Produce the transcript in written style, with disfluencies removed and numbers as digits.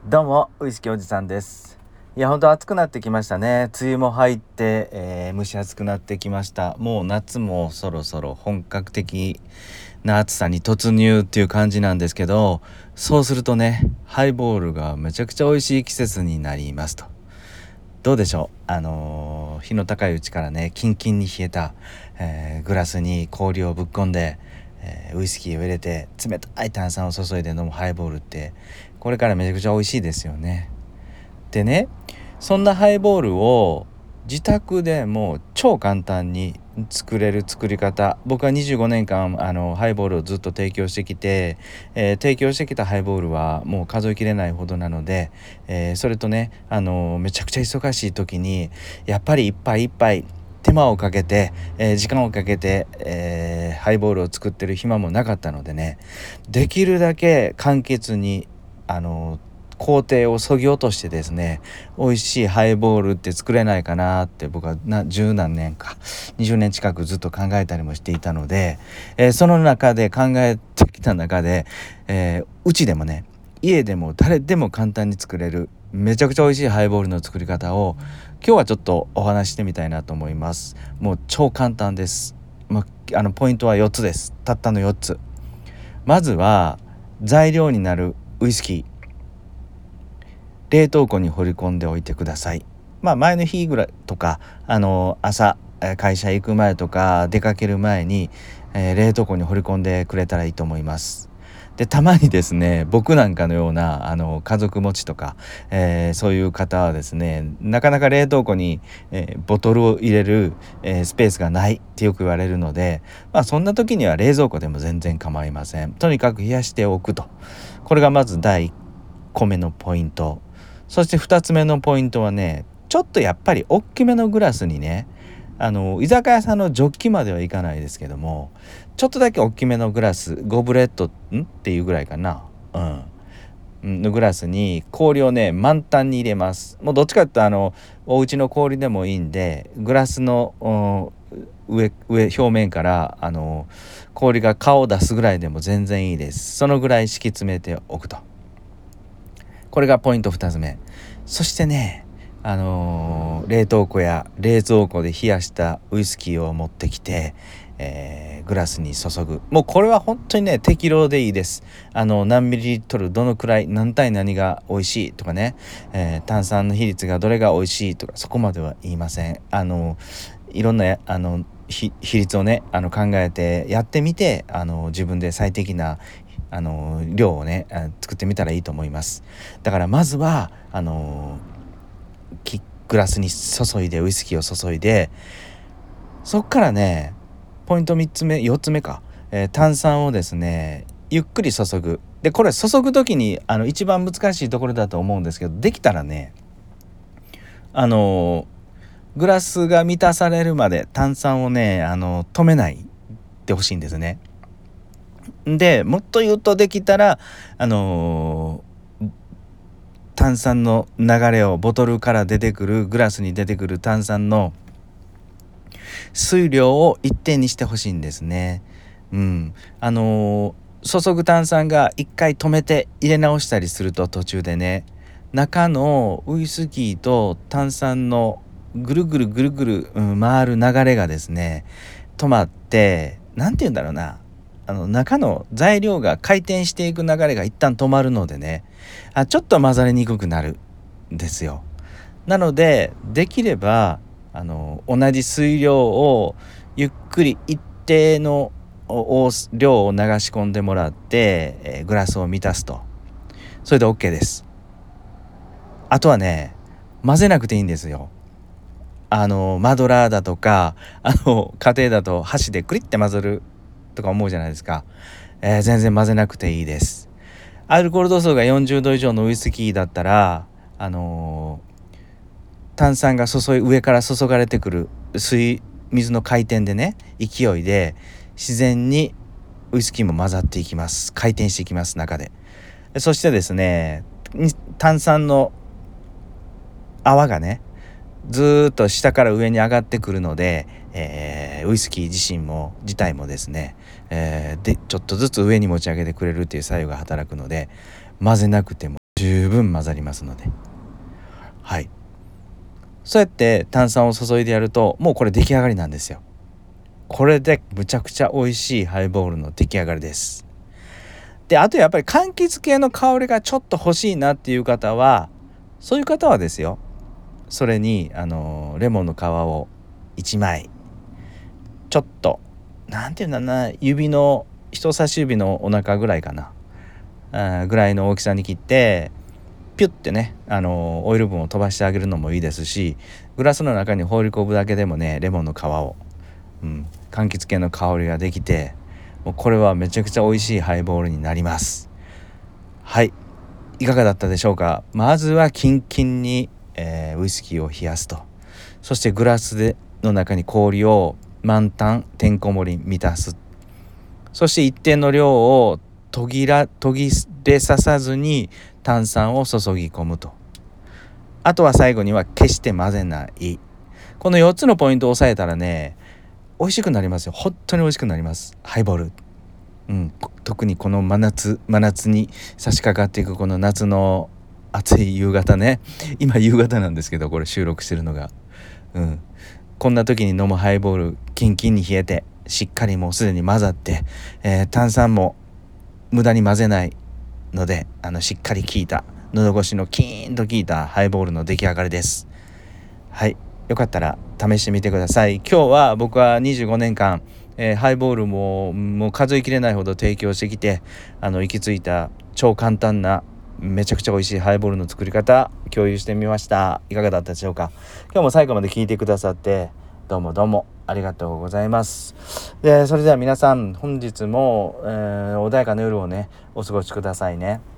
どうもウイスキーおじさんです。いや、ほんと暑くなってきましたね。梅雨も入って、蒸し暑くなってきました。もう夏もそろそろ本格的な暑さに突入っていう感じなんですけど、そうするとね、ハイボールがめちゃくちゃ美味しい季節になりますと。どうでしょう。日の高いうちからね、キンキンに冷えた、グラスに氷をぶっ込んで、ウイスキーを入れて冷たい炭酸を注いで飲むハイボールって、これからめちゃくちゃ美味しいですよね。でね、そんなハイボールを自宅でもう超簡単に作れる作り方、僕は25年間ハイボールをずっと提供してきて、提供してきたハイボールはもう数えきれないほどなので、それとね、めちゃくちゃ忙しい時にやっぱり一杯一杯手間をかけて、時間をかけて、ハイボールを作ってる暇もなかったのでね、できるだけ簡潔に工程を削ぎ落としてですね、美味しいハイボールって作れないかなって僕は十何年か20年近くずっと考えたりもしていたので、その中で考えてきた中で、うちでもね、家でも誰でも簡単に作れるめちゃくちゃ美味しいハイボールの作り方を今日はちょっとお話ししてみたいなと思います。もう超簡単です。ポイントは4つです。たったの4つ。まずは材料になるウイスキー、冷凍庫に放り込んでおいてください。前の日ぐらいとか朝会社行く前とか出かける前に、冷凍庫に放り込んでくれたらいいと思います。で、たまにですね、僕なんかのような家族持ちとか、そういう方はですね、なかなか冷凍庫に、ボトルを入れる、スペースがないってよく言われるので、そんな時には冷蔵庫でも全然構いません。とにかく冷やしておくと、これがまず第1個目のポイント。そして2つ目のポイントはね、ちょっとやっぱり大きめのグラスにね、居酒屋さんのジョッキまではいかないですけども、ちょっとだけ大きめのグラス、ゴブレットっていうぐらいかな、のグラスに氷をね満タンに入れます。もうどっちかっていうとお家の氷でもいいんで、グラスの上表面から氷が顔を出すぐらいでも全然いいです。そのぐらい敷き詰めておくと、これがポイント2つ目。そしてね、冷凍庫や冷蔵庫で冷やしたウイスキーを持ってきて、グラスに注ぐ。もうこれは本当にね適量でいいです。何ミリリットルどのくらい何対何が美味しいとかね、炭酸の比率がどれが美味しいとか、そこまでは言いません。いろんな比率をね考えてやってみて、自分で最適な量をね作ってみたらいいと思います。だからまずはグラスに注いでウイスキーを注いで、そっからねポイント3つ目4つ目か、炭酸をですねゆっくり注ぐ。でこれ注ぐ時に一番難しいところだと思うんですけど、できたらねグラスが満たされるまで炭酸をね止めないでほしいんですね。でもっと言うと、できたら炭酸の流れをボトルから出てくるグラスに出てくる炭酸の水量を一定にしてほしいんですね。注ぐ炭酸が一回止めて入れ直したりすると、途中でね中のウイスキーと炭酸のぐるぐるぐるぐる、回る流れがですね止まって、なんて言うんだろうな、中の材料が回転していく流れが一旦止まるのでね、ちょっと混ざりにくくなるんですよ。なのでできれば同じ水量をゆっくり一定の量を流し込んでもらって、グラスを満たすと、それで OK です。あとはね混ぜなくていいんですよ。マドラーだとか家庭だと箸でクリッて混ぜるとか思うじゃないですか。全然混ぜなくていいです。アルコール度数が40度以上のウイスキーだったら炭酸が上から注がれてくる水の回転でね、勢いで自然にウイスキーも混ざっていきます。回転していきます、中で。そしてですね、炭酸の泡がねずっと下から上に上がってくるので、ウイスキー自体もですね、でちょっとずつ上に持ち上げてくれるっていう作用が働くので、混ぜなくても十分混ざりますので、はい、そうやって炭酸を注いでやるともうこれ出来上がりなんですよ。これでむちゃくちゃ美味しいハイボールの出来上がりです。であとやっぱり柑橘系の香りがちょっと欲しいなっていう方は、そういう方はですよ、それにレモンの皮を1枚ちょっとなんていうんだな、指の人差し指のお腹ぐらいかな、ぐらいの大きさに切ってピュッてね、オイル分を飛ばしてあげるのもいいですし、グラスの中に放り込むだけでもね、レモンの皮を、柑橘系の香りができて、もうこれはめちゃくちゃ美味しいハイボールになります。はい、いかがだったでしょうか。まずはキンキンに、ウイスキーを冷やすと、そしてグラスの中に氷を満タンてんこ盛り満たす、そして一定の量を途切れささずに炭酸を注ぎ込むと。あとは最後には決して混ぜない。この4つのポイントを押さえたらね、美味しくなりますよ。本当に美味しくなりますハイボール。特にこの真夏に差し掛かっていくこの夏の暑い夕方ね、今夕方なんですけど、これ収録してるのが、こんな時に飲むハイボール、キンキンに冷えてしっかりもうすでに混ざって、炭酸も無駄に混ぜないので、しっかり効いた喉越しのキーンと効いたハイボールの出来上がりです。はい、よかったら試してみてください。今日は僕は25年間、ハイボールもう数えきれないほど提供してきて、行き着いた超簡単なめちゃくちゃ美味しいハイボールの作り方共有してみました。いかがだったでしょうか。今日も最後まで聞いてくださってどうもありがとうございます。でそれでは皆さん、本日も、穏やかな夜をねお過ごしくださいね。